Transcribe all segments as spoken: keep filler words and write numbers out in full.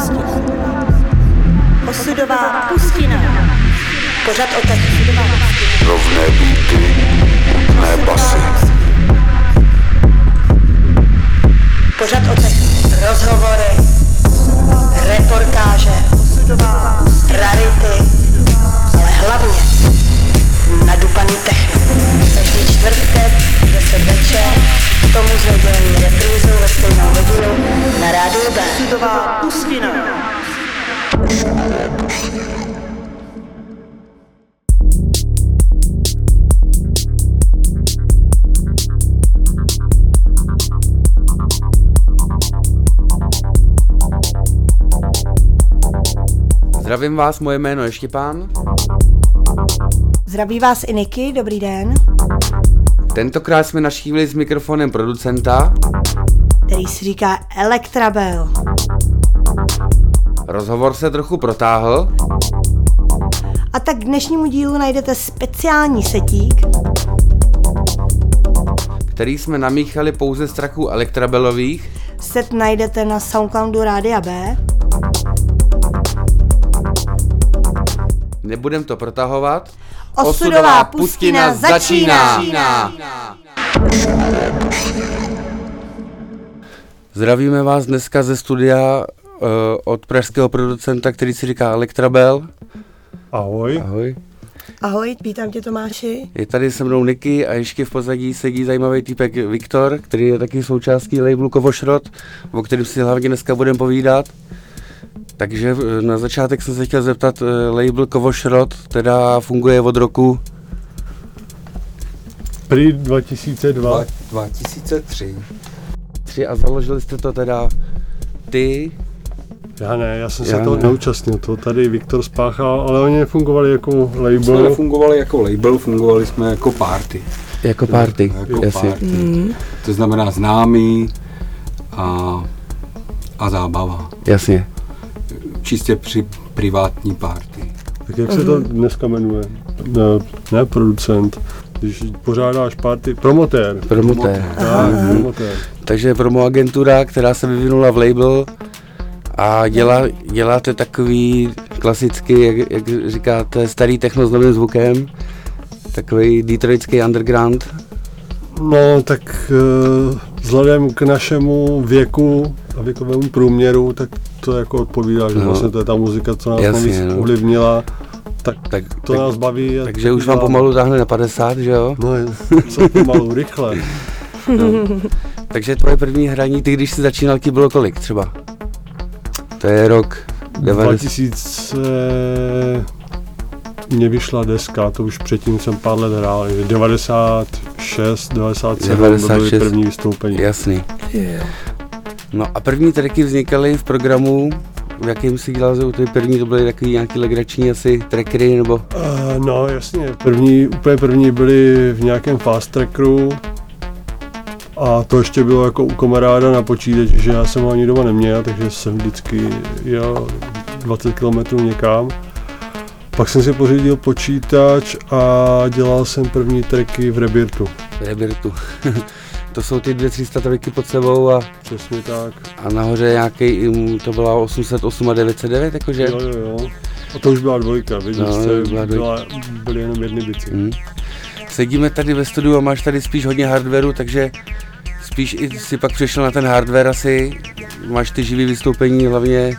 pustina. Osudová pustina. Pořad o tak osudová pustina. Rovné beaty, ne basy. Pořad o tak rozhovory, reportáže, rarity, ale hlavně nadupaný techno. Každý čtvrtek, deset večer, k tomu s nedělní reprízou ve stejnou hodinu na rádiu B. Osudová pustina. Zdravím vás, moje jméno je Štěpán. Zdraví vás i Niky, dobrý den. Tentokrát jsme navštívili s mikrofonem producenta, který si říká Elektrabel. Rozhovor se trochu protáhl. A tak k dnešnímu dílu najdete speciální setík, který jsme namíchali pouze z tracků Elektrabelových. Set najdete na Soundcloudu Rádia B. Nebudem to protahovat. Osudová pustina začíná. začíná. Zdravíme vás dneska ze studia uh, od pražského producenta, který si říká Elektrabel. Ahoj. Ahoj. Ahoj, vítám tě Tomáši. Je tady se mnou Niky a ještě v pozadí sedí zajímavý týpek Viktor, který je taky součástí labelu Kovošrot, o kterém si hlavně dneska budeme povídat. Takže na začátek jsem se chtěl zeptat, label Kovošrot teda funguje od roku? Prý dva tisíce dva. dva tisíce tři. Tři a založili jste to teda ty? Já ne, já jsem já se toho ne. neúčastnil, to tady Viktor spáchal, ale oni nefungovali jako label. Jsme nefungovali jako label, fungovali jsme jako party. Jako party, Jako jasně. party. Mm. To znamená známý a, a zábava. Jasně. Čistě při privátní party. Tak jak se to dneska jmenuje? Ne, ne producent, když pořádáš party, promotér. Promotér. Tak, promotér. Takže promo agentura, která se vyvinula v label a dělá, děláte takový klasický, jak, jak říkáte, starý techno s novým zvukem, takový detroitský underground. No, tak uh, vzhledem k našemu věku a věkovému průměru, tak to jako odpovídá, že No. vlastně to je ta muzika, co nás Jasně, nejvíc no. ovlivnila, tak, Tak, to tak, nás baví. a takže to už vám děláme. pomalu táhne na padesát, že jo? No, co pomalu, rychle. No. Takže tvoje první hraní, ty když jsi začínal, ti bylo kolik třeba? To je rok dva devadesát. tisíce mně vyšla deska, to už předtím jsem pár let hrál, devadesát šest, devadesát sedm devadesát šest. to byly první vystoupení. Jasný. No a první tracky vznikaly v programu, v jakém si dělal, ty první to byly takový nějaký legrační asi trackery, nebo? Uh, no jasně, první, úplně první byli v nějakém fast trackeru a to ještě bylo jako u kamaráda na počítači, že já jsem ho ani doma neměl, takže jsem vždycky jel dvacet kilometrů někam. Pak jsem si pořídil počítač a dělal jsem první tracky v Rebirtu. Rebirtu. To jsou ty dvě tři sta trojky pod sebou a, Přesně tak. a nahoře nějaký, to byla osm set osm a devět set devět, jakože? Jo, jo, jo. A to už byla dvojka, vidíš, No, no, byla byla, byly jenom jedny bici. Hmm. Sedíme tady ve studiu a máš tady spíš hodně hardwareu, takže spíš i si pak přišel na ten hardware asi, máš ty živý vystoupení hlavně.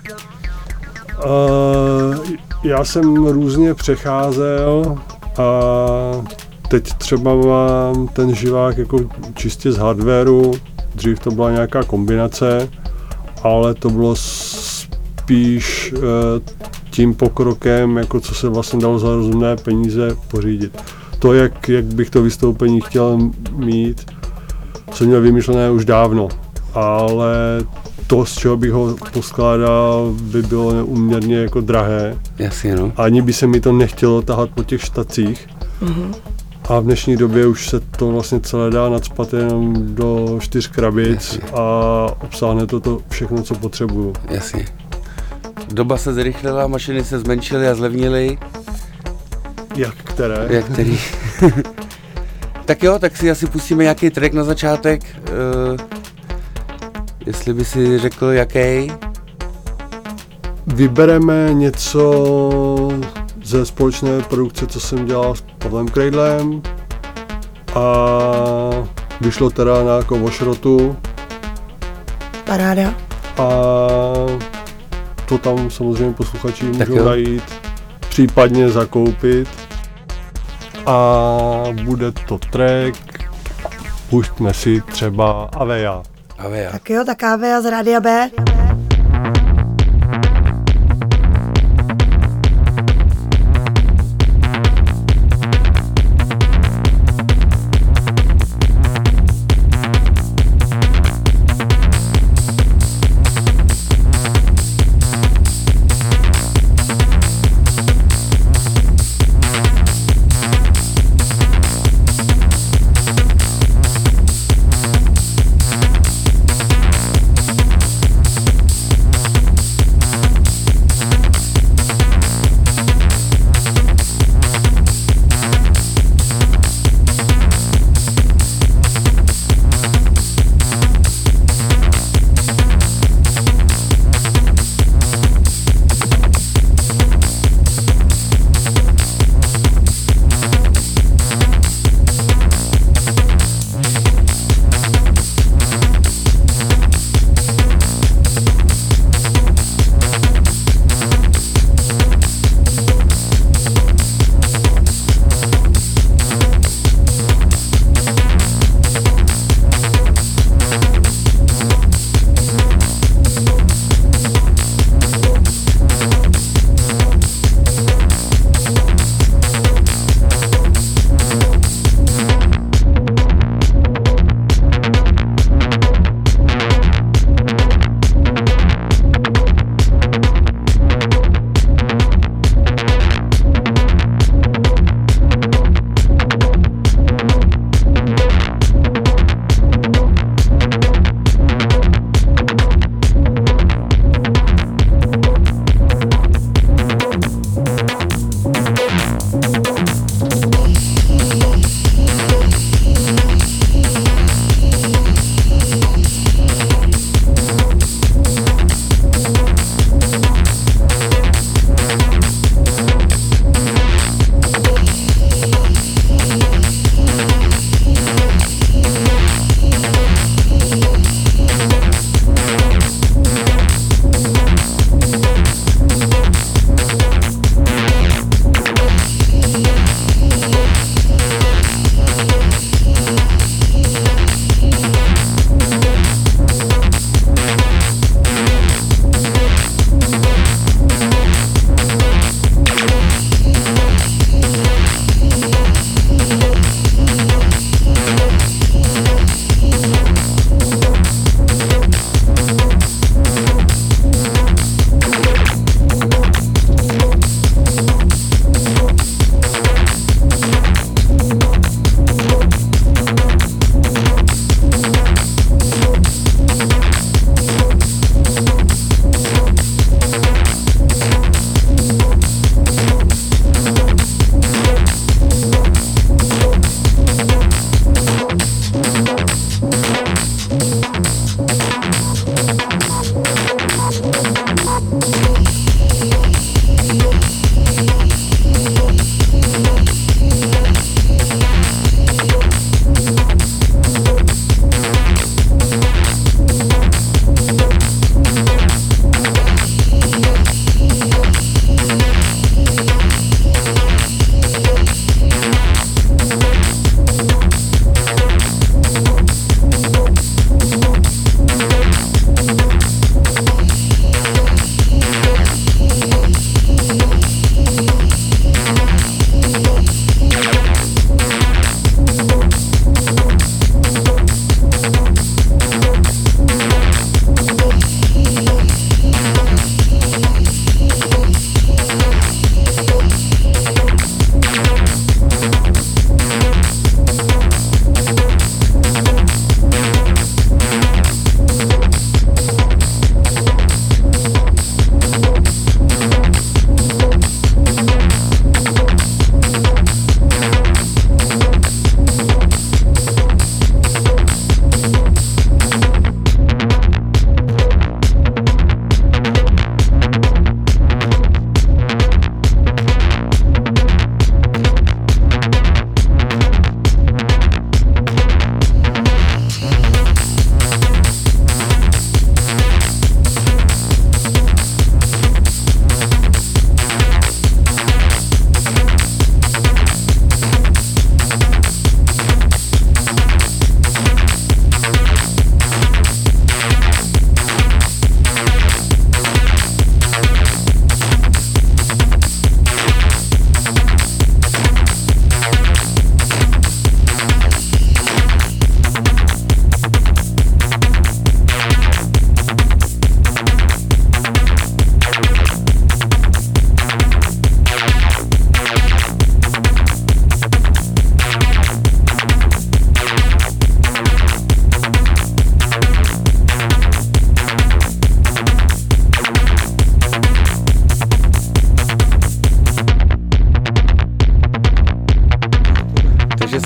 Uh, já jsem různě přecházel a teď třeba mám ten živák jako čistě z hardwareu, dřív to byla nějaká kombinace, ale to bylo spíš uh, tím pokrokem, jako co se vlastně dalo za rozumné peníze pořídit. To, jak, jak bych to vystoupení chtěl mít, jsem měl vymyšlené už dávno, ale to, z čeho bych ho poskládal, by bylo neuměrně jako drahé. Jasně, no. Ani by se mi to nechtělo tahat po těch štacích. Mm-hmm. A v dnešní době už se to vlastně celé dá nacpat jenom do čtyř krabic a obsáhne to, to všechno, co potřebuju. Jasně. Doba se zrychlila, mašiny se zmenšily a zlevnily. Jak které? Jak který? Tak jo, tak si asi pustíme nějaký track na začátek. Uh, jestli by si řekl, jaký? vybereme něco ze společné produkce, co jsem dělal s Pavlem Krejdlem a vyšlo teda na jako Vošrotu. Paráda. A to tam samozřejmě posluchači Tak můžou jo. najít, případně zakoupit. A bude to track, pustíme si třeba Aveja. Avea. Tak jo, tak Avea z Rádia B.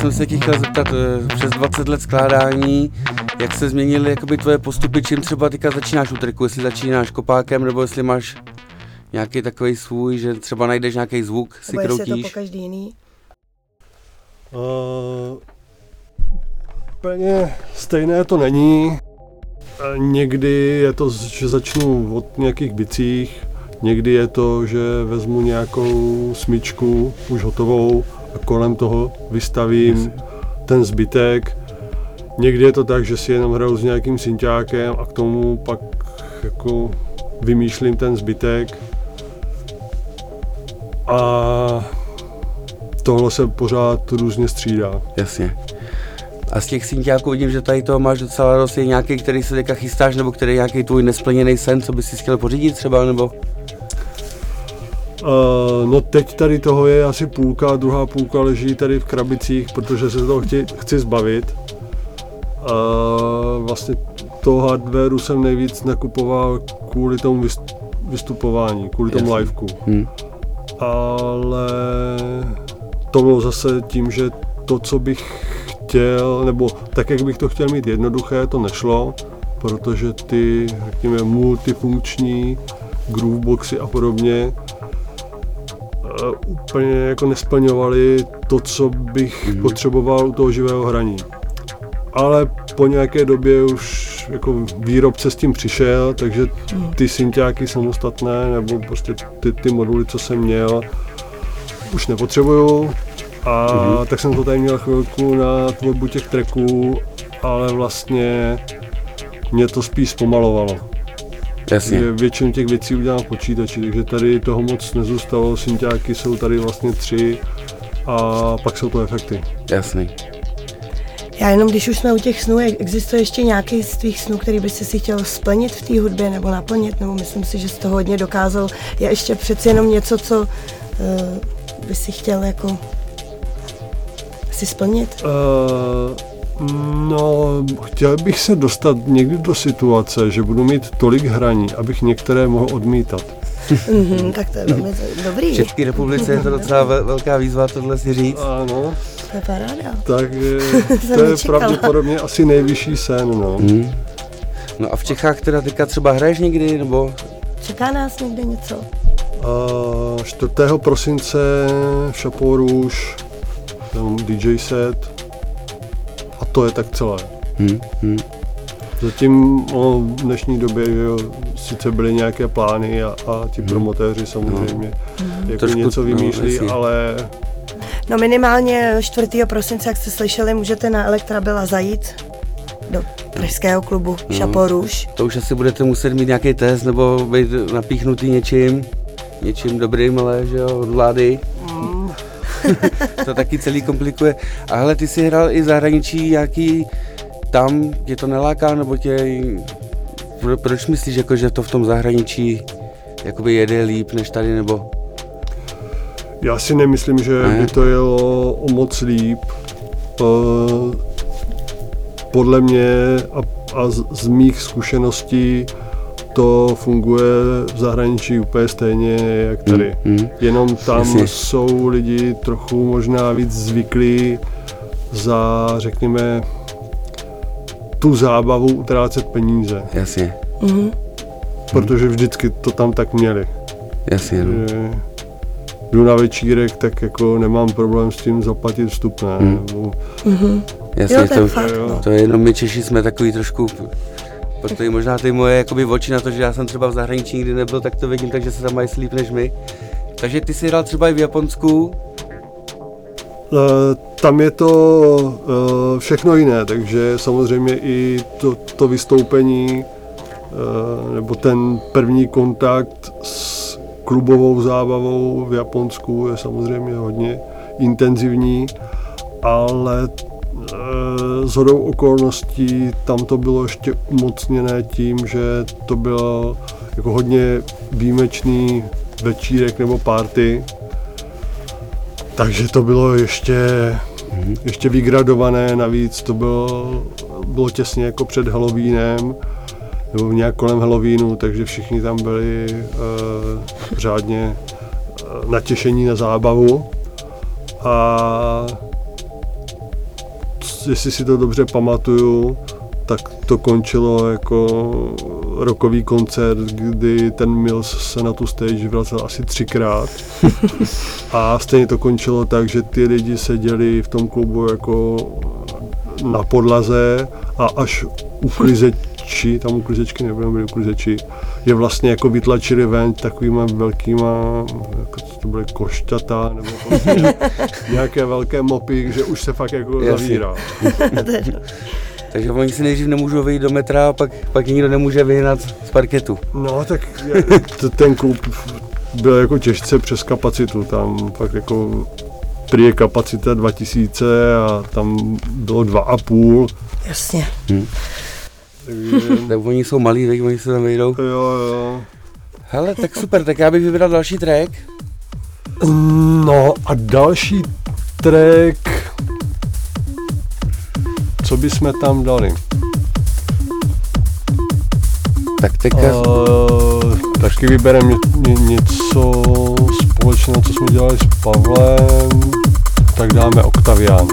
jsem se tě chtěl zeptat, přes dvacet let skládání, jak se změnily jakoby tvoje postupy, čím třeba teďka začínáš u tracku, jestli začínáš kopákem, nebo jestli máš nějaký takový svůj, že třeba najdeš nějaký zvuk, si Nebo jestli je to kroutíš. po každý jiný? Uh, úplně stejné to není. Někdy je to, že začnu od nějakých bicích, někdy je to, že vezmu nějakou smyčku už hotovou a kolem toho vystavím ten zbytek. Někdy je to tak, že si jenom hraju s nějakým synťákem a k tomu pak jako vymýšlím ten zbytek. A tohle se pořád různě střídá. Jasně. A z těch synťáků vidím, že tady toho máš docela dost, je nějaký, který se teďka chystáš, nebo který je nějaký tvůj nesplněný sen, co bys si chtěl pořídit třeba, nebo? Uh, no teď tady toho je asi půlka, druhá půlka leží tady v krabicích, protože se toho chci, chci zbavit. Uh, vlastně toho hardwareu jsem nejvíc nakupoval kvůli tomu vystupování, kvůli tomu Jasně. liveku. Hmm. Ale to bylo zase tím, že to, co bych chtěl, nebo tak, jak bych to chtěl mít jednoduché, to nešlo, protože ty, řekněme, multifunkční grooveboxy a podobně uh, úplně jako nesplňovaly to, co bych mm. potřeboval u toho živého hraní. Ale po nějaké době už jako výrobce s tím přišel, takže ty synťáky samostatné, nebo prostě ty, ty moduly, co jsem měl, už nepotřebuju. A mm-hmm. tak jsem to tady měl chvilku na tvorbu těch tracků, ale vlastně mě to spíš zpomalovalo. Jasně. Většinu těch věcí udělám v počítači, takže tady toho moc nezůstalo, synťáky jsou tady vlastně tři a pak jsou to efekty. Jasný. Já jenom, když už jsme u těch snů, existuje ještě nějaký z tvých snů, který bys si chtěl splnit v té hudbě nebo naplnit, nebo myslím si, že jsi to hodně dokázal. Je ještě přeci jenom něco, co uh, bys si chtěl jako si splnit? Uh, no, chtěl bych se dostat někdy do situace, že budu mít tolik hraní, abych některé mohl odmítat. mm-hmm, tak to je velmi dobrý. V České republice je to docela velká výzva tohle si říct. Ano. To je paráda. Takže to je pravděpodobně asi nejvyšší sen, no. Hmm. No a v Čechách teda teďka třeba hraješ někdy, nebo? Čeká nás někde něco? Uh, čtvrtého prosince v Chapeau Rouge, tam D J set a to je tak celé. Hmm. Hmm. Zatím o v dnešní době jo, sice byly nějaké plány a, a ti promotéři samozřejmě hmm. jako Trošku, něco vymýšlí, no, ale... No minimálně čtvrtého prosince, jak jste slyšeli, můžete na Elektrabila zajít do pražského klubu no. Chapeau Rouge. To už asi budete muset mít nějaký test nebo být napíchnutý něčím, něčím dobrým, ale že jo, od vlády. Mm. To taky celý komplikuje. A hele, ty jsi hrál i v zahraničí, jaký tam tě to neláká, nebo tě... Proč myslíš, jako, že to v tom zahraničí jakoby jede líp než tady, nebo... Já si nemyslím, že ne? by to jelo o moc líp. Uh, podle mě a, a z, z mých zkušeností to funguje v zahraničí úplně stejně jak tady. Mm, mm. Jenom tam Jasně. jsou lidi trochu možná víc zvyklí za, řekněme, tu zábavu utrácet peníze. Jasně. Mm. Protože vždycky to tam tak měli. Jasně. No. Že jdu na večírek, tak jako nemám problém s tím zaplatit vstupné. Mm. Nebo... Mm-hmm. Jasně, jo, to, to, fakt, no. to je jenom my Češi jsme takový trošku, protože možná ty moje jakoby oči na to, že já jsem třeba v zahraničí nikdy nebyl, tak to vidím, takže se tam mají líp než my. Takže ty jsi hrál třeba i v Japonsku? Uh, tam je to uh, všechno jiné, takže samozřejmě i to, to vystoupení uh, nebo ten první kontakt s klubovou zábavou v Japonsku je samozřejmě hodně intenzivní, ale uh, shodou okolností tam to bylo ještě umocněné tím, že to bylo jako hodně výjimečný večírek nebo party. Takže to bylo ještě, mm-hmm. ještě vygradované, navíc to bylo, bylo těsně jako před Halloweenem, nebo nějak kolem Halloweenu, takže všichni tam byli uh, řádně uh, natěšení na zábavu. A jestli si to dobře pamatuju, tak to končilo jako rockový koncert, kdy ten Mills se na tu stage vracel asi třikrát. A stejně to končilo tak, že ty lidi seděli v tom klubu jako na podlaze a až uklizeči, tam uklizečky nebudou, byli uklizeči, je vlastně jako vytlačili ven takovýma velkýma, jako to byly košťata, nebo prostě nějaké velké mopy, že už se fakt jako zavírá. Takže oni si nejdřív nemůžou vyjít do metra, pak, pak nikdo nemůže vyhnat z parketu. No tak je, t- ten klub byl jako těžce přes kapacitu, tam fakt jako prý je kapacita dva tisíce a tam bylo dva a půl. Jasně. Hm. Takže... tak oni jsou malí, tak oni se tam vejdou. Jo, jo. Hele, tak super, tak já bych vybral další track. No a další track, co bychom tam dali? Tak teďka... Uh, taky vybereme ně, ně, něco společného, co jsme dělali s Pavlem, tak dáme Octavian.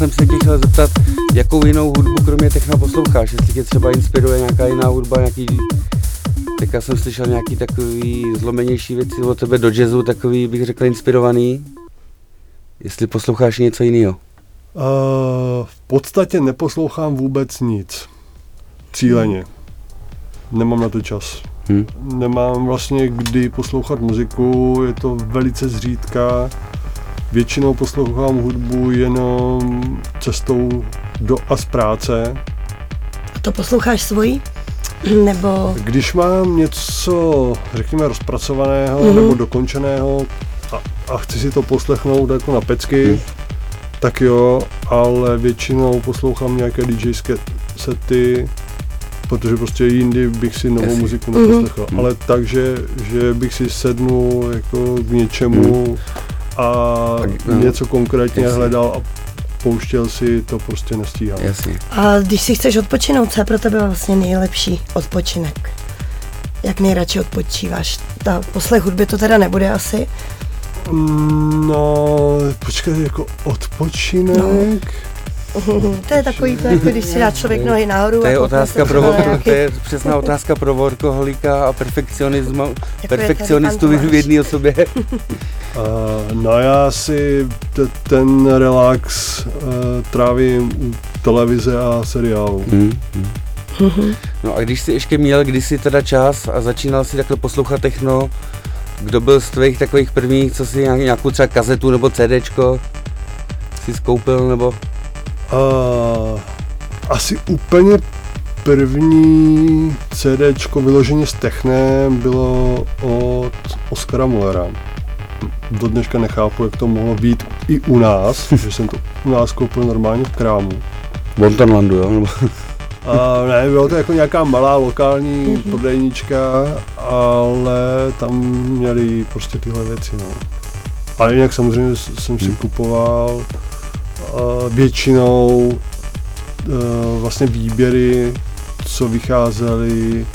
jsem se tě chtěl zeptat, jakou jinou hudbu kromě techna posloucháš, jestli tě třeba inspiruje nějaká jiná hudba, nějaký, teďka jsem slyšel nějaký takový zlomenější věci od tebe do jazzu, takový bych řekl inspirovaný, jestli posloucháš něco jiného. Uh, v podstatě neposlouchám vůbec nic. Cíleně. Nemám na to čas. Hmm. Nemám vlastně kdy poslouchat muziku, je to velice zřídka. Většinou poslouchám hudbu jenom cestou do a z práce. A to posloucháš svojí? Nebo... Když mám něco, řekněme, rozpracovaného Mhm. nebo dokončeného a, a chci si to poslechnout jako na pecky, Mhm. tak jo, ale většinou poslouchám nějaké DJské sety, protože prostě jindy bych si novou Jasně. muziku Mhm. neposlechl. Mhm. Ale takže, že bych si sednul jako k něčemu a Tak, no. něco konkrétně Jasně. hledal a pouštěl si, to prostě nestíhám. Jasně. A když si chceš odpočinout, co je pro tebe vlastně nejlepší odpočinek? Jak nejradši odpočíváš? Ta poslech hudby to teda nebude asi. No, počkej, jako odpočinek? To je takový, to jako když si dá člověk nohy nahoru. To je a koukne otázka se pro, třeba na to nějaký- je přesná otázka pro workoholika a perfekcionismu, Jako je tady perfekcionistu pan v Tomáš. jedné osobě. Uh, no já si t- ten relax uh, trávím u televize a seriálu. Hmm. hmm. No a když jsi ještě měl kdysi teda čas a začínal si takhle poslouchat techno, kdo byl z tvých takových prvních, co si nějak- nějakou třeba kazetu nebo CDčko si skoupil nebo? Uh, asi úplně první CDčko vyloženě s technem bylo od Oskara Mullera. Do dneška nechápu, jak to mohlo být i u nás, že jsem to u nás koupil normálně v krámu. Bontonlandu, jo? Nebo? A ne, bylo to jako nějaká malá lokální mm-hmm. prodejnička, ale tam měli prostě tyhle věci, no. Ale jinak samozřejmě s- jsem si kupoval uh, většinou uh, vlastně výběry, co vycházely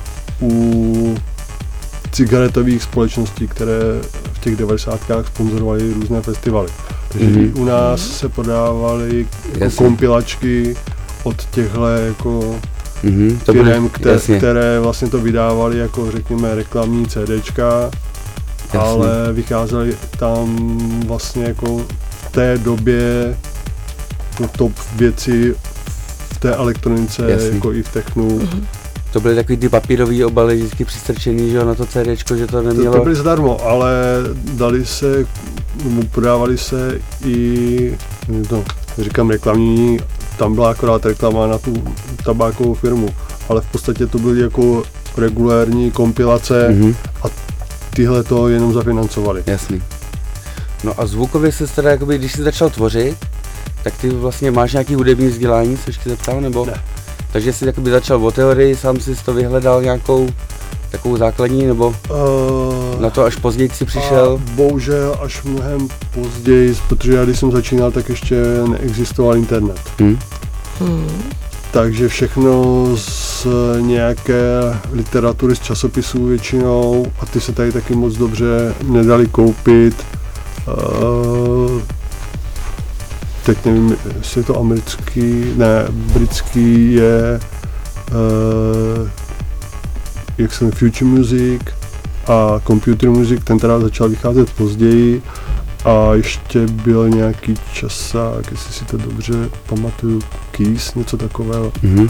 u cigaretových společností, které v těch devadesátkách sponzorovaly různé festivaly. Takže Mhm. i u nás se prodávaly jako Jasně. kompilačky od těchto jako Mhm, to bude, firem, které, jasně, které vlastně to vydávali jako řekněme reklamní CDčka, jasně. ale vycházely tam vlastně jako v té době jako top věci v té elektronice, Jasně. jako i v technu. To byly takový ty papírový obaly vždycky přistrčený, že jo, na to CDčko, že to To, nemělo. to byly zadarmo, ale dali se, nebo prodávali se i, no, říkám reklamní, tam byla akorát reklama na tu tabákovou firmu, ale v podstatě to byly jako regulérní kompilace Mhm, a tyhle to jenom zafinancovali. jasný. No a zvukově se teda, jakoby, když jsi začal tvořit, tak ty vlastně máš nějaký hudební vzdělání, se ještě zeptal, nebo? Ne. Takže jsi jakoby začal o teorii, sám jsi to vyhledal nějakou takovou základní, nebo Uh, na to až později si přišel? A bohužel až mnohem později, protože já když jsem začínal, tak ještě neexistoval internet. Hm? Takže všechno z nějaké literatury, z časopisů většinou, a ty se tady taky moc dobře nedali koupit. Uh, teď nevím, jestli je to americký, ne, britský je, uh, jak se jmenuje, Future Music a Computer Music, ten teda začal vycházet později. A ještě byl nějaký časák, jestli si to dobře pamatuju, Keys, něco takového. Mhm.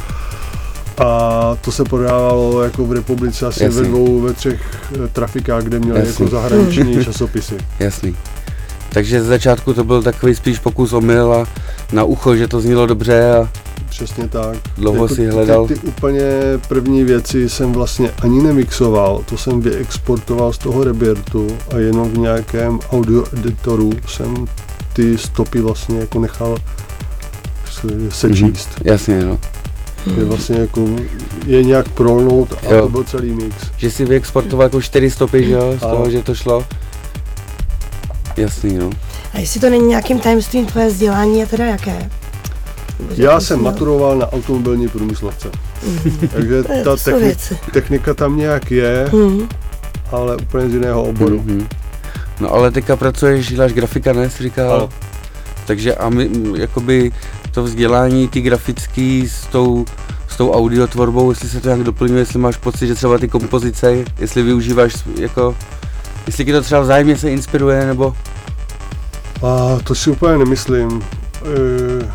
A to se prodávalo jako v republice asi Jasně. ve dvou, ve třech eh, trafikách, kde měli Jasně. jako zahraniční časopisy. Jasný. Takže z začátku to byl takový spíš pokus omyl a na ucho, že to znělo dobře a Přesně tak. dlouho Jako si hledal. Ty, ty úplně první věci jsem vlastně ani nemixoval, to jsem vyexportoval z toho Rebirtu a jenom v nějakém audio editoru jsem ty stopy vlastně jako nechal se- sečíst. Jasně, no. Je vlastně jako je nějak prolnout a Jo. to byl celý mix. Že si vyexportoval jako čtyři stopy, že jo, z Ano. toho, že to šlo. Jasný, no. A jestli to není nějakým tajemstvím, tvoje vzdělání je teda jaké? Já jsem maturoval na automobilní průmyslovce. Takže To je- ta to jsou techni- věci. technika tam nějak je, Hmm. ale úplně z jiného oboru. Mhm. No ale teďka pracuješ, děláš grafika, ne, jsi říkal? Ano. Takže a my, m, jakoby to vzdělání, ty grafický s tou, s tou audiotvorbou, jestli se to nějak doplňuje, jestli máš pocit, že třeba ty kompozice, jestli využíváš jako, jestli ti to třeba vzájemně se inspiruje, nebo... A to si úplně nemyslím. E,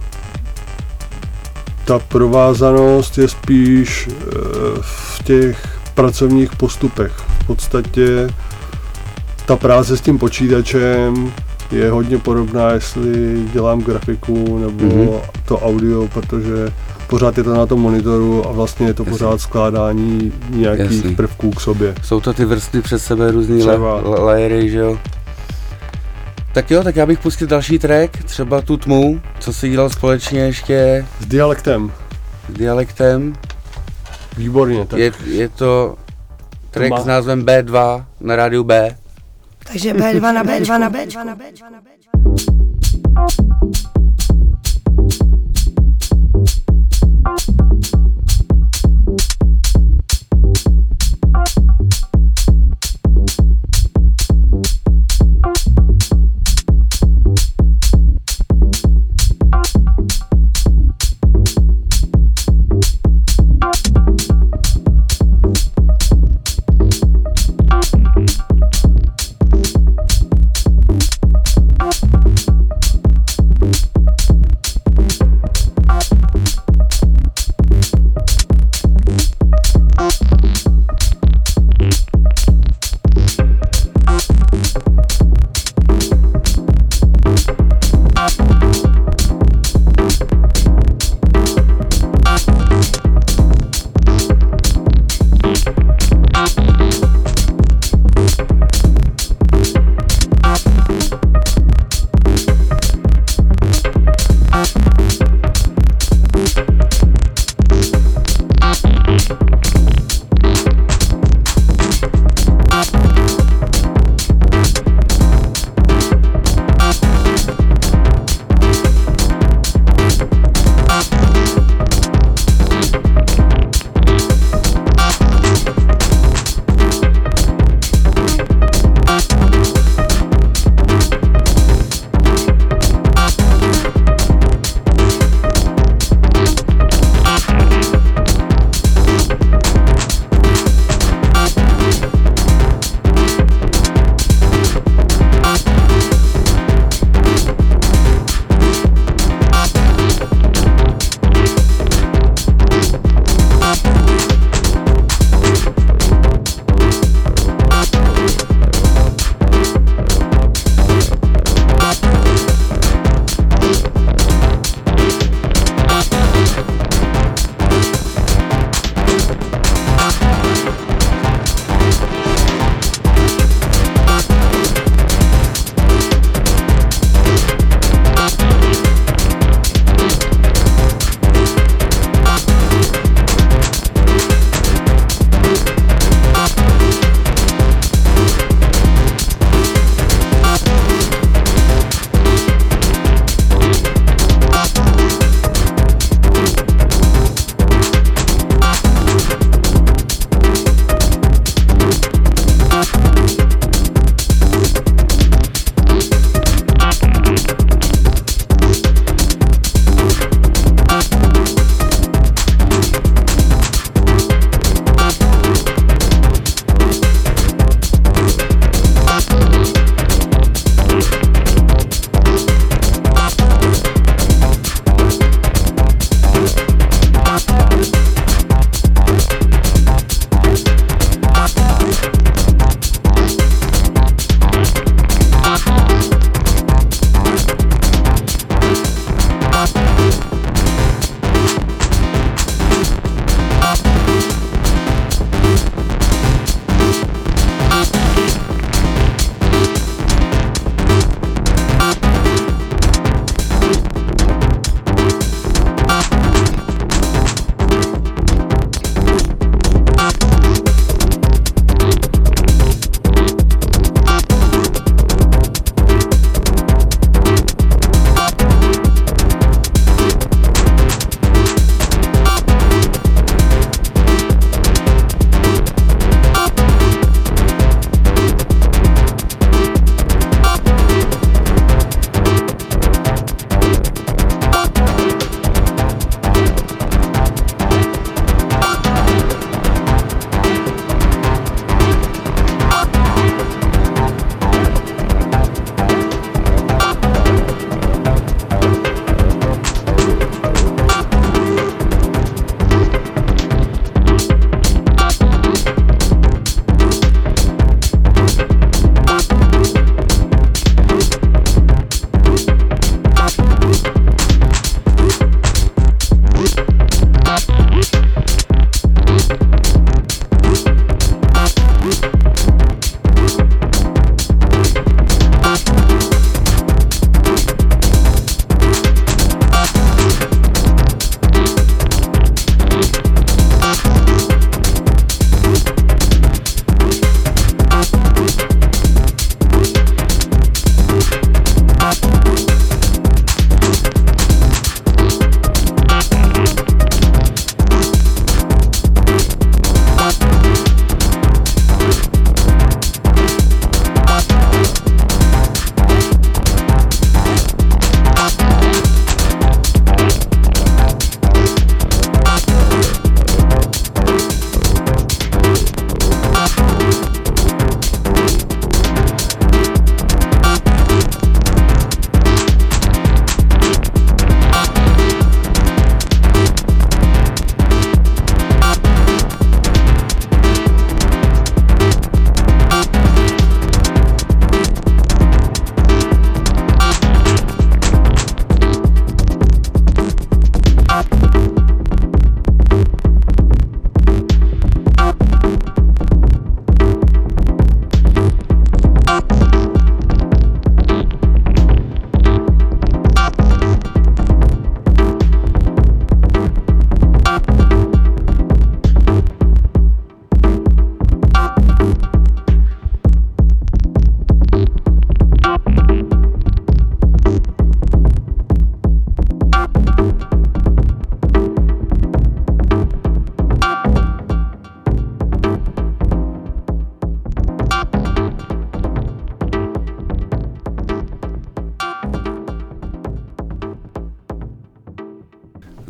ta provázanost je spíš e, v těch pracovních postupech. V podstatě ta práce s tím počítačem je hodně podobná, jestli dělám grafiku nebo mm-hmm. to audio, protože pořád je to na tom monitoru a vlastně je to Jasný. pořád skládání nějakých Jasný. prvků k sobě. Jsou to ty vrstvy přes sebe, různý la, Třeba. la, layery, že jo? Tak jo, tak já bych pustil další track, třeba Tu tmu, co si dělal společně ještě S dialektem. s dialektem. Výborně. Tak Je, je to track má- s názvem bé dva na rádiu B. Takže bé dva na bé dva na bé dva na bé dva na bé dva.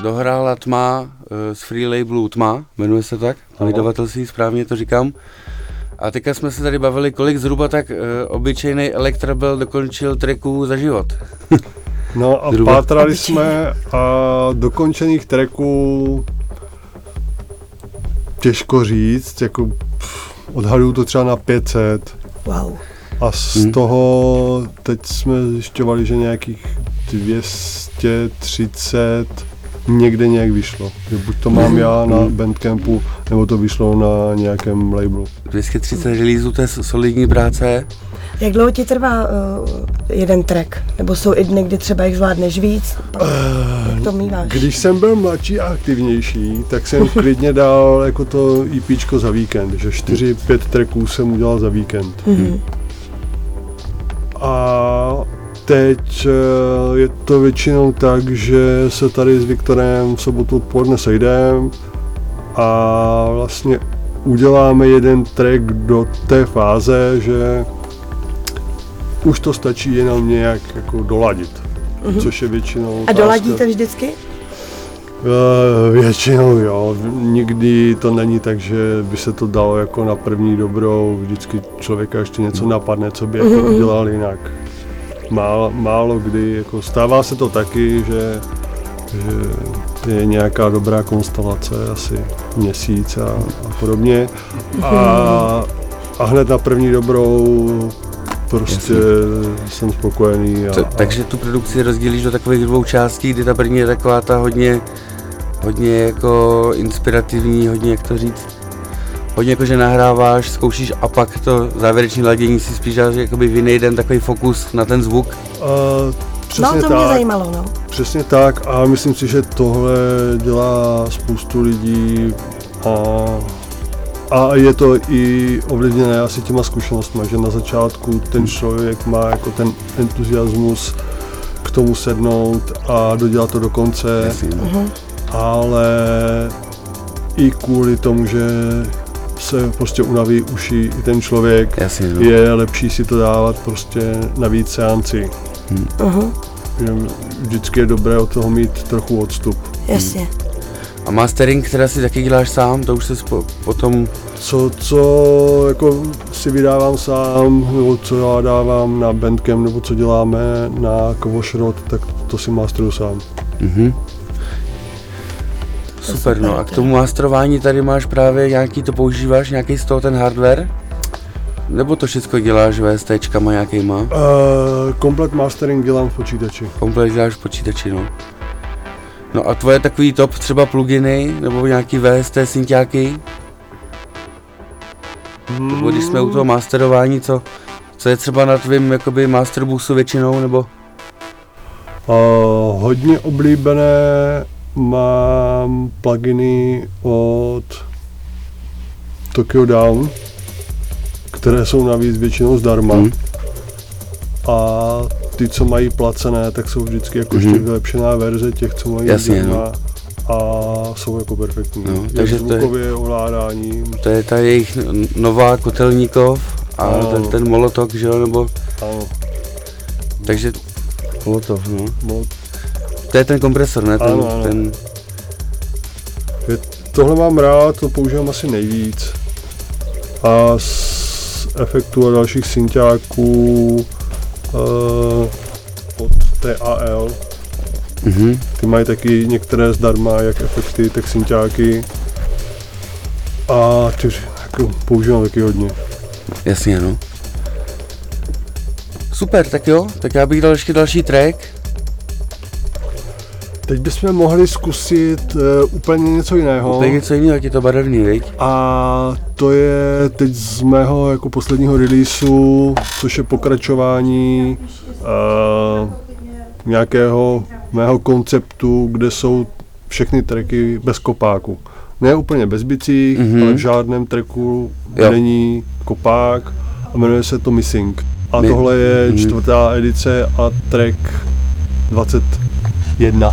dohrála Tma uh, z free labelu Tma, jmenuje se tak, vydavatelství, správně to říkám. A teďka jsme se tady bavili, kolik zhruba tak uh, obyčejný Elektrabel dokončil tracků za život. No a Zhruba. pátrali jsme a dokončených tracků těžko říct, jako pff, odhaduju to třeba na pět set. Wow. A z Hmm. toho teď jsme zjišťovali, že nějakých dvě stě třicet někde nějak vyšlo. Že buď to mám já na Bandcampu, nebo to vyšlo na nějakém labelu. dvě stě třicet releaseů, to je solidní práce. Jak dlouho ti trvá uh, jeden track? Nebo jsou i dny, kdy třeba jich zvládneš víc? Pak, jak to míváš? Když jsem byl mladší a aktivnější, tak jsem klidně dal jako to EPčko za víkend, že čtyři pět tracků jsem udělal za víkend. Mm-hmm. A teď eh, je to většinou tak, že se tady s Viktorem v sobotu odpoledne sejdeme a vlastně uděláme jeden track do té fáze, že už to stačí jenom nějak jako doladit, mm-hmm. což je většinou... A doladíte vždycky? Uh, většinou jo, nikdy to není tak, že by se to dalo jako na první dobrou, vždycky člověka ještě něco napadne, co by jako udělal jinak. Málo, málo kdy, jako stává se to taky, že, že je nějaká dobrá konstelace, asi měsíc a, a podobně. A, a hned na první dobrou prostě Jasně. jsem spokojený. A, To, takže tu produkci rozdělíš do takových dvou částí, kdy ta první je taková ta hodně, hodně jako inspirativní, hodně, jak to říct, hodně jako, že nahráváš, zkoušíš a pak to závěrečné ladění si spíš dáš jakoby v jiný den takový fokus na ten zvuk. Uh, přesně No, to tak, mě zajímalo, no. Přesně tak a myslím si, že tohle dělá spoustu lidí a, a je to i ovlivněné asi těma zkušenostmi, že na začátku ten člověk má jako ten entuziasmus k tomu sednout a dodělat to do konce, Jasně, no. Uh-huh. ale i kvůli tomu, že se prostě unaví uši i ten člověk, Jasně, no. je lepší si to dávat prostě na víc seancí. Uh-huh. Že vždycky je dobré od toho mít trochu odstup. Jasně. A mastering, která si taky děláš sám, to už se spo, potom... Co, co jako si vydávám sám, nebo co já dávám na Bandcamp, nebo co děláme na Kovošrot, tak to si masteruju sám. Mhm. Super, no a k tomu masterování tady máš právě nějaký, to používáš, nějaký z toho ten hardware? Nebo to všechno děláš VSTčkama nějakýma? Uh, komplet mastering dělám v počítači. Komplet děláš v počítači, no. No a tvoje takový top třeba pluginy, nebo nějaký V S T synťáky? Hmm. Nebo když jsme u toho masterování, co, co je třeba na tvým jakoby masterbusu většinou, nebo? Uh, hodně oblíbené mám pluginy od Tokyo Down, které jsou navíc většinou zdarma. Hmm. A ty, co mají placené, tak jsou vždycky jako ještě Mhm. vylepšená verze těch, co mají Jasně, zdarma. no. A jsou jako perfektní. No, Jak takže to je- zvukově ovládání. To je ta jejich n- nová Kotelníkov a Ano. ten, ten Molotok, že jo, nebo? Ano, Takže Molotov, no. no, To je ten kompresor, ne? Ten, Ano, ano. ten je, tohle mám rád, to používám asi nejvíc. A z efektů a dalších synťáků uh, od T A L. mhm. Ty mají taky některé zdarma, jak efekty, tak synťáky. A ty jako používám taky hodně. Jasně, no. Super, tak jo, tak já bych dal ještě další track. Teď bychom mohli zkusit uh, úplně něco jiného. Úplně něco jiného, jak je to barevný, viď? A to je teď z mého jako posledního releaseu, což je pokračování uh, nějakého mého konceptu, kde jsou všechny tracky bez kopáku. Ne úplně bez bicích, Mhm. mm-hmm. ale v žádném tracku Jo. není kopák a jmenuje se to Missing. A My- tohle je mhm. čtvrtá edice a track dvacet jedna.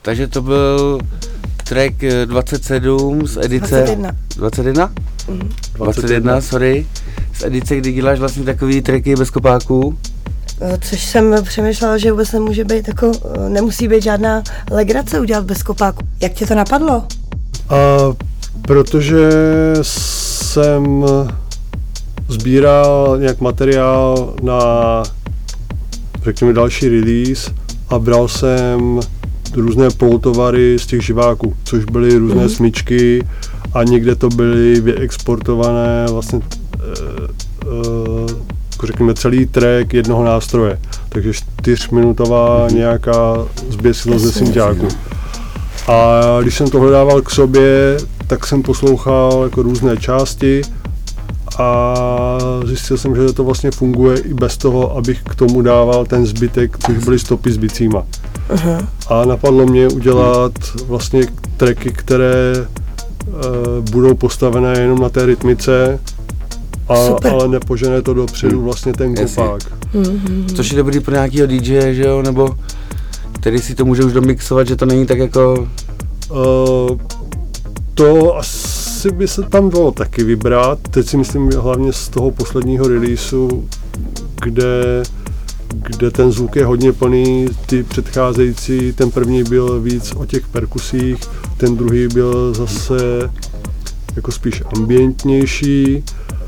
Takže to byl track dvacet sedm z edice... dvacet jedna. dvacet jedna? Mhm. dvacet jedna, sorry. Z edice, kdy děláš vlastně takový tracky bez kopáků. Což jsem přemýšlela, že vůbec nemůže být jako, nemusí být žádná legrace udělat bez kopáku. Jak tě to napadlo? A protože jsem sbíral nějak materiál na, řekněme, další release a bral jsem různé polotovary z těch živáků, což byly různé mm. smyčky a někde to byly vyexportované vlastně e, e, řekněme celý track jednoho nástroje, takže čtyřminutová mm. nějaká zběsilost ze synťáku. A když jsem to hledával k sobě, tak jsem poslouchal jako různé části a zjistil jsem, že to vlastně funguje i bez toho, abych k tomu dával ten zbytek, což byly stopy s bicíma. Uh-huh. A napadlo mě udělat vlastně tracky, které uh, budou postavené jenom na té rytmice, a, ale nepožené to dopředu vlastně ten kopák. Mm-hmm. Což je dobrý pro nějakýho dý džeje, že jo, nebo který si to může už domixovat, že to není tak jako... Uh, to asi by se tam dalo taky vybrat. Teď si myslím hlavně z toho posledního releaseu, kde, kde ten zvuk je hodně plný, ty předcházející, ten první byl víc o těch perkusích, ten druhý byl zase jako spíš ambientnější.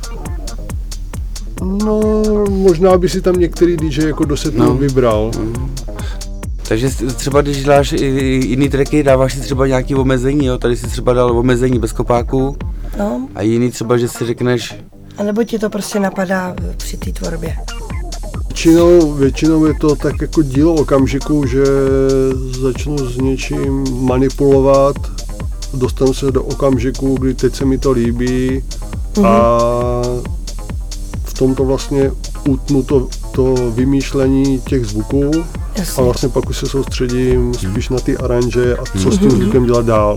No, možná by si tam některý dý džej jako do setu no. vybral. Mm. Takže třeba když děláš i jiný tracky, dáváš si třeba nějaké omezení, jo? Tady si třeba dal omezení bez kopáků no. A jiný třeba, že si řekneš... A nebo ti to prostě napadá při té tvorbě? Většinou, většinou je to tak jako dílo okamžiku, že začnu s něčím manipulovat, dostanu se do okamžiku, kdy teď se mi to líbí mm-hmm. a v tomto vlastně utnu to, to vymýšlení těch zvuků. Jasně. A vlastně pak už se soustředím spíš na ty aranže a co s tím zvukem dělat dál.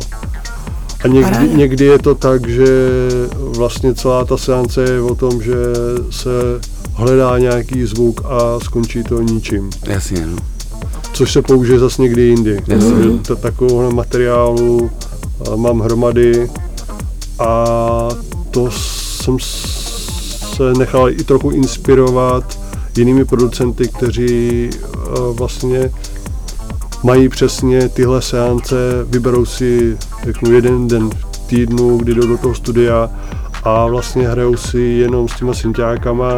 A někdy, někdy je to tak, že vlastně celá ta seance je o tom, že se hledá nějaký zvuk a skončí to ničím. Jasně, no. Což se použije zase někdy jindy. To, takového materiálu mám hromady a to jsem se nechal i trochu inspirovat jinými producenty, kteří uh, vlastně mají přesně tyhle seance, vyberou si řeknu, jeden den v týdnu, kdy jdou do toho studia a vlastně hrajou si jenom s těma synťákama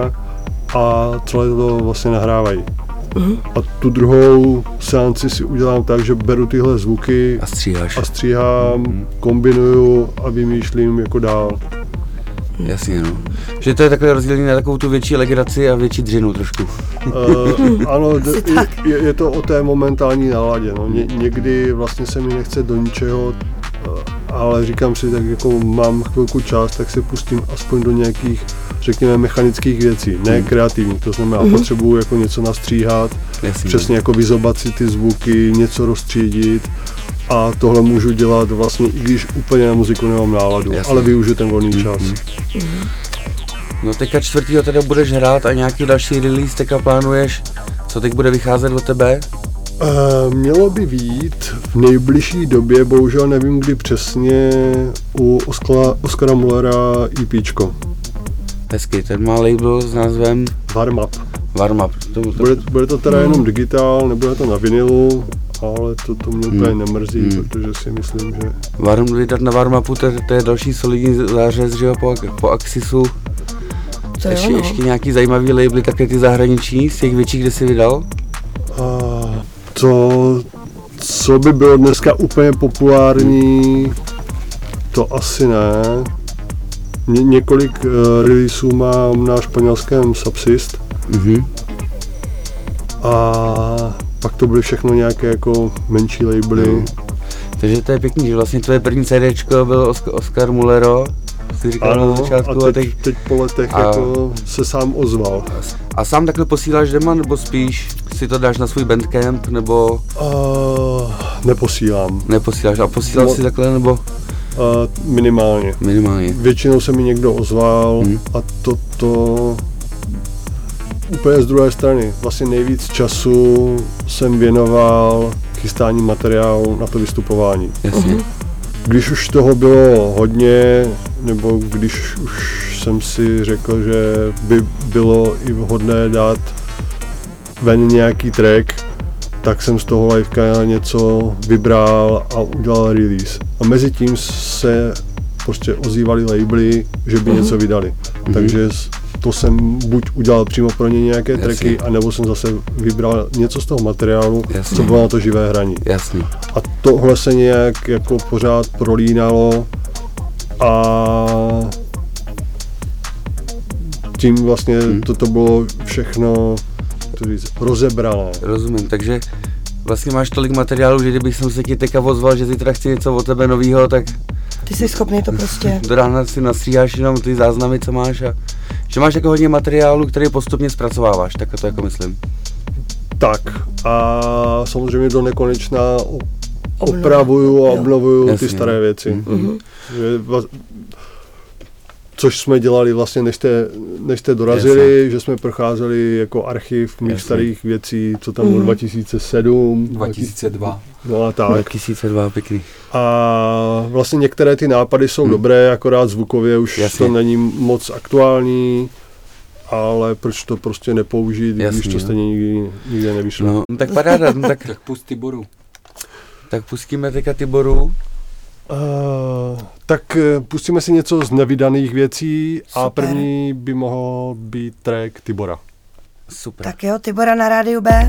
a celé to vlastně nahrávají. Uh-huh. A tu druhou seanci si udělám tak, že beru tyhle zvuky a, stříháš. a stříhám, uh-huh. kombinuju a vymýšlím jako dál. Jasně, no. Že to je takové rozdělení na takovou tu větší legraci a větší dřinu trošku. Uh, ano, d- je, je to o té momentální náladě, no. Ně, někdy vlastně se mi nechce do ničeho, uh, ale říkám si, tak jako mám chvilku čas, tak se pustím aspoň do nějakých, řekněme, mechanických věcí, ne hmm. kreativních, to znamená, mm-hmm. potřebuju jako něco nastříhat, Jasně. přesně jako vyzobat si ty zvuky, něco rozstřídit. A tohle můžu dělat vlastně, i když úplně na muziku nemám náladu, Jasně. ale využiju ten volný čas. Mm-hmm. No teďka čtvrtýho teda budeš hrát a nějaký další release teďka plánuješ, co teď bude vycházet od tebe? Uh, mělo by být v nejbližší době, bohužel nevím kdy přesně, u Oskara, Oskara Mullera EPčko. Hezky, ten má label s názvem Warm Up. Warm Up. To, to... Bude, bude to teda jenom digitál, nebude to na vinilu, ale to, to mě úplně hmm. nemrzí, hmm. protože si myslím, že... Warm, vydat na Warm Upu, to, to je další solidní zářez, že jo, po, po Axisu. To ještě, jo, no. ještě nějaký zajímavý labely, také ty zahraniční, z těch větších, kde jsi vydal? A to, co by bylo dneska úplně populární, to asi ne. Ně, několik uh, releaseů mám na španělském Subsist. Mm-hmm. A pak to byly všechno nějaké jako menší labely. No. Takže to je pěkný, že vlastně tvoje první CDčko byl Oskar, Oskar Mullero, jsi říkal ano, na začátku. A teď, a teď, teď po letech a jako se sám ozval. A sám takhle posíláš dema, nebo spíš si to dáš na svůj Bandcamp, nebo? Uh, neposílám. Neposíláš, a posílal no, si takhle, nebo? Uh, minimálně. Minimálně. Většinou se mi někdo ozval hmm. a to, to úplně z druhé strany. Vlastně nejvíc času jsem věnoval nachystání materiálu na to vystupování. Jasně. Když už toho bylo hodně, nebo když už jsem si řekl, že by bylo i vhodné dát ven nějaký track, tak jsem z toho liveka něco vybral a udělal release. A mezi tím se prostě ozývali labely, že by uh-huh. něco vydali. Uh-huh. Takže to jsem buď udělal přímo pro ně nějaké tracky, anebo jsem zase vybral něco z toho materiálu, Jasně. co bylo na to živé hraní. Jasně. A tohle se nějak jako pořád prolínalo a tím vlastně hmm. toto bylo všechno rozebrané. Rozumím, takže vlastně máš tolik materiálu, že kdybych jsem se ti teďka ozval, že zítra chci něco od tebe novýho, tak ty jsi schopný to prostě. Do rána si nastříháš jenom ty záznamy, co máš a že máš jako hodně materiálu, který postupně zpracováváš, tak to jako myslím. Tak a samozřejmě do nekonečna opravuju a obnovuju Jasně. ty staré věci. Mm-hmm. Že, což jsme dělali vlastně, než jste, než jste dorazili, Jasně. že jsme procházeli jako archiv mých Jasně. starých věcí, co tam bylo mm-hmm. dva tisíce sedm, dva tisíce dva. No a tak. dva tisíce dva, pěkný. A vlastně některé ty nápady jsou mm. dobré, akorát zvukově už Jasně. to není moc aktuální, ale proč to prostě nepoužít, Jasně, když to stejně nikdy, nikdy nevyšlo. No, tak paráda, no, tak, tak pust Tiboru. Tak pustíme teďka Tiboru. Uh, tak pustíme si něco z nevydaných věcí Super. A první by mohl být track Tibora. Super. Tak jo, Tibora na rádiu B.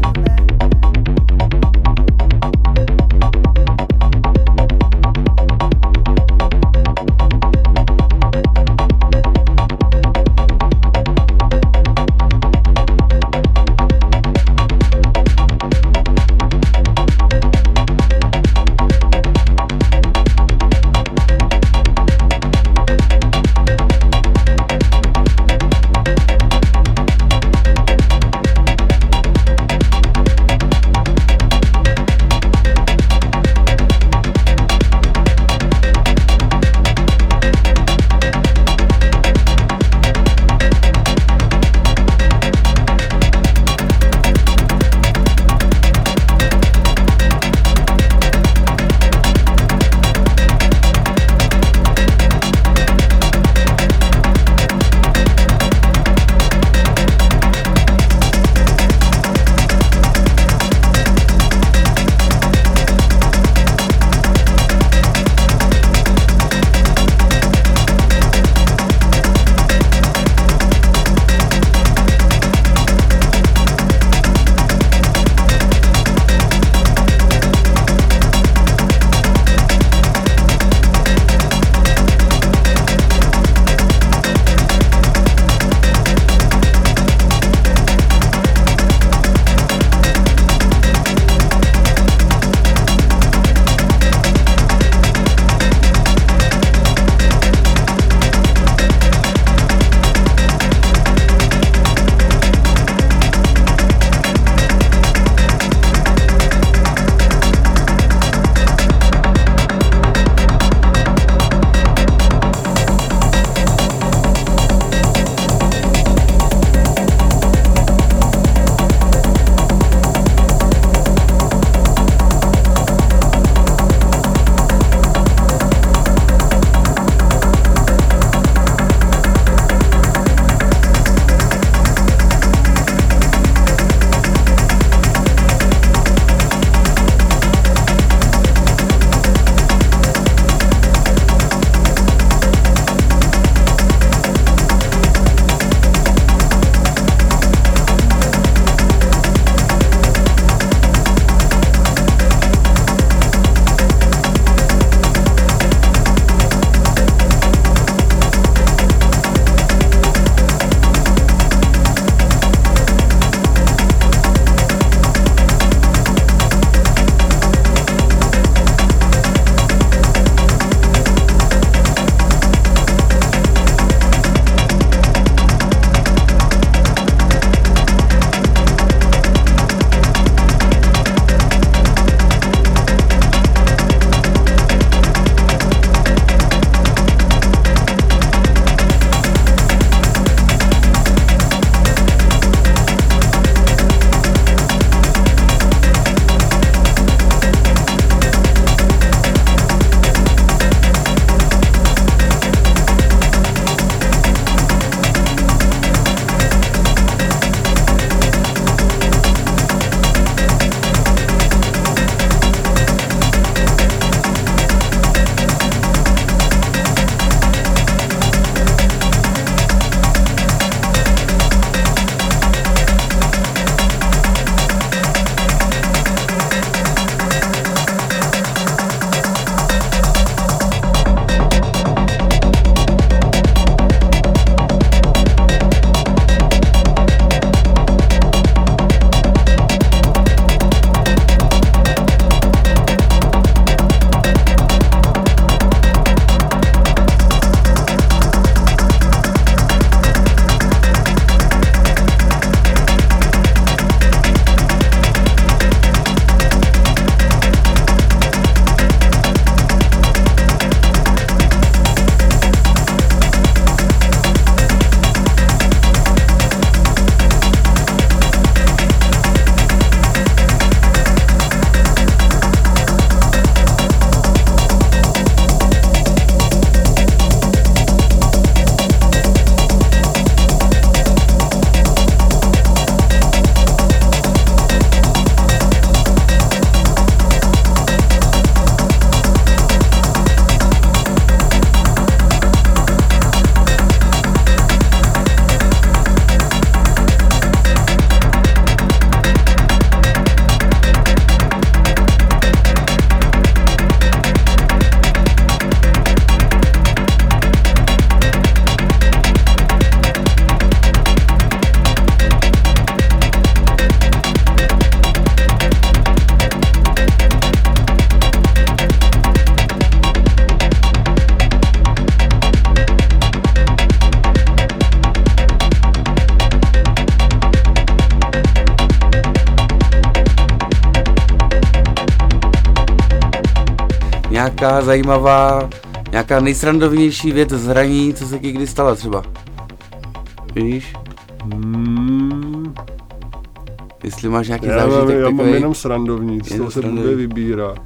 nějaká zajímavá, nějaká nejsrandovnější věc z hraní, co se ti kdy stala třeba? Víš? Hmm. Jestli máš nějaký Já, zážitek mám, já takový? mám jenom srandovní, z toho se srandovní. blbě vybírá.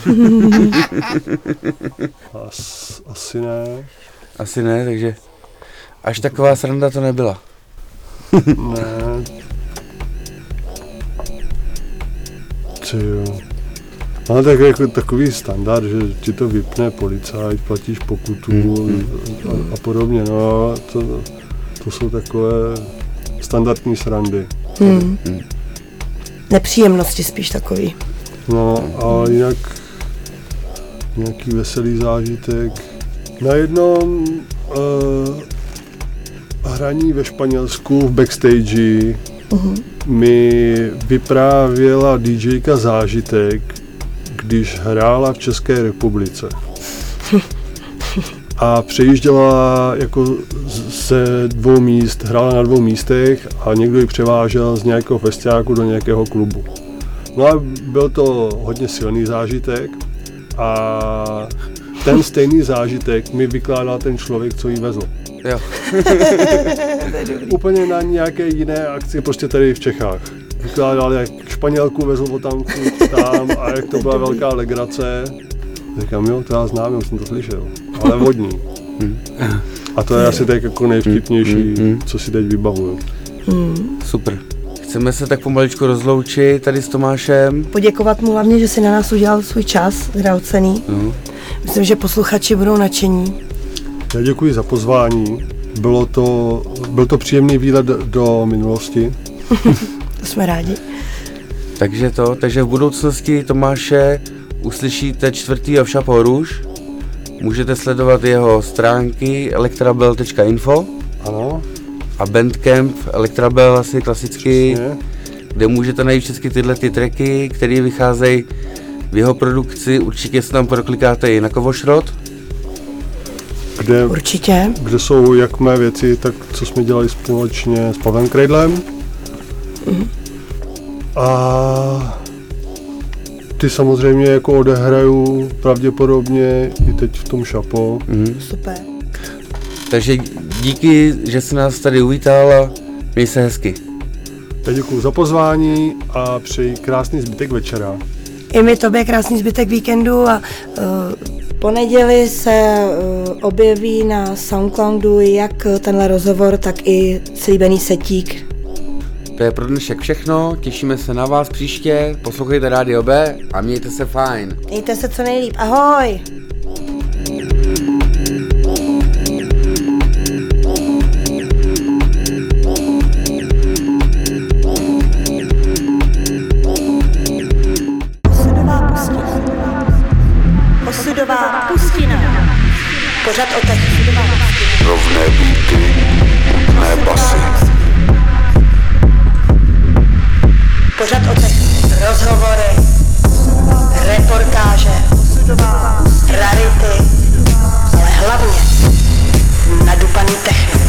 As, asi ne. Asi ne, takže až taková sranda to nebyla. Ne. Tyjo. No tak jako takový standard, že ti to vypne policajt, platíš pokutu Hmm. a, a podobně, no to, to jsou takové standardní srandy. Hmm. Nepříjemnosti spíš takový. No a jinak nějaký veselý zážitek. Na jednom uh, hraní ve Španělsku v backstage Uh-huh. mi vyprávěla DJka zážitek, když hrála v České republice. A přejížděla jako ze dvou míst, hrála na dvou místech a někdo ji převážel z nějakého festiáku do nějakého klubu. No a byl to hodně silný zážitek a ten stejný zážitek mi vykládal ten člověk, co ji vezl. Jo. Úplně na nějaké jiné akci, prostě tady v Čechách. Vykládal, jak Španělku vezl o tam, tam a jak to byla velká legrace. Říkám, jo, to já znám, už jsem to slyšel, ale vodní. A to je asi tak jako nejvtipnější, co si teď vybavuju. Super. Chceme se tak pomaličku rozloučit tady s Tomášem. Poděkovat mu hlavně, že si na nás udělal svůj čas, drahocenný. No. Myslím, že posluchači budou nadšení. Já děkuji za pozvání. Bylo to, byl to příjemný výlet do minulosti. To jsme rádi. Takže to, takže v budoucnosti Tomáše uslyšíte čtvrtýho v Chapeau Rouge. Můžete sledovat jeho stránky elektrabel tečka info Ano, a Bandcamp Elektrabel asi klasicky, přesně. kde můžete najít všechny tyhle ty tracky, které vycházejí v jeho produkci. Určitě se tam proklikáte i na Kovošrot. Kde, Určitě. kde jsou jak mé věci, tak co jsme dělali společně s Pavlem Kreidlem. A ty samozřejmě jako odehraju pravděpodobně i teď v tom Chapeau. Mhm. Super. Takže díky, že jsi nás tady uvítal a měj se hezky. Já děkuji za pozvání a přeji krásný zbytek večera. I mi tobě krásný zbytek víkendu a uh, po neděli se uh, objeví na Soundcloudu jak tenhle rozhovor, tak i slíbený setík. To je pro dnešek všechno, těšíme se na vás příště, poslouchejte Rádio B a mějte se fajn. Mějte se co nejlíp. Ahoj! Osudová pustina. Pořad o tak. Rovné beaty, ne basy. Pořad o těch rozhovory, reportáže, rarity, ale hlavně nadupaný techno.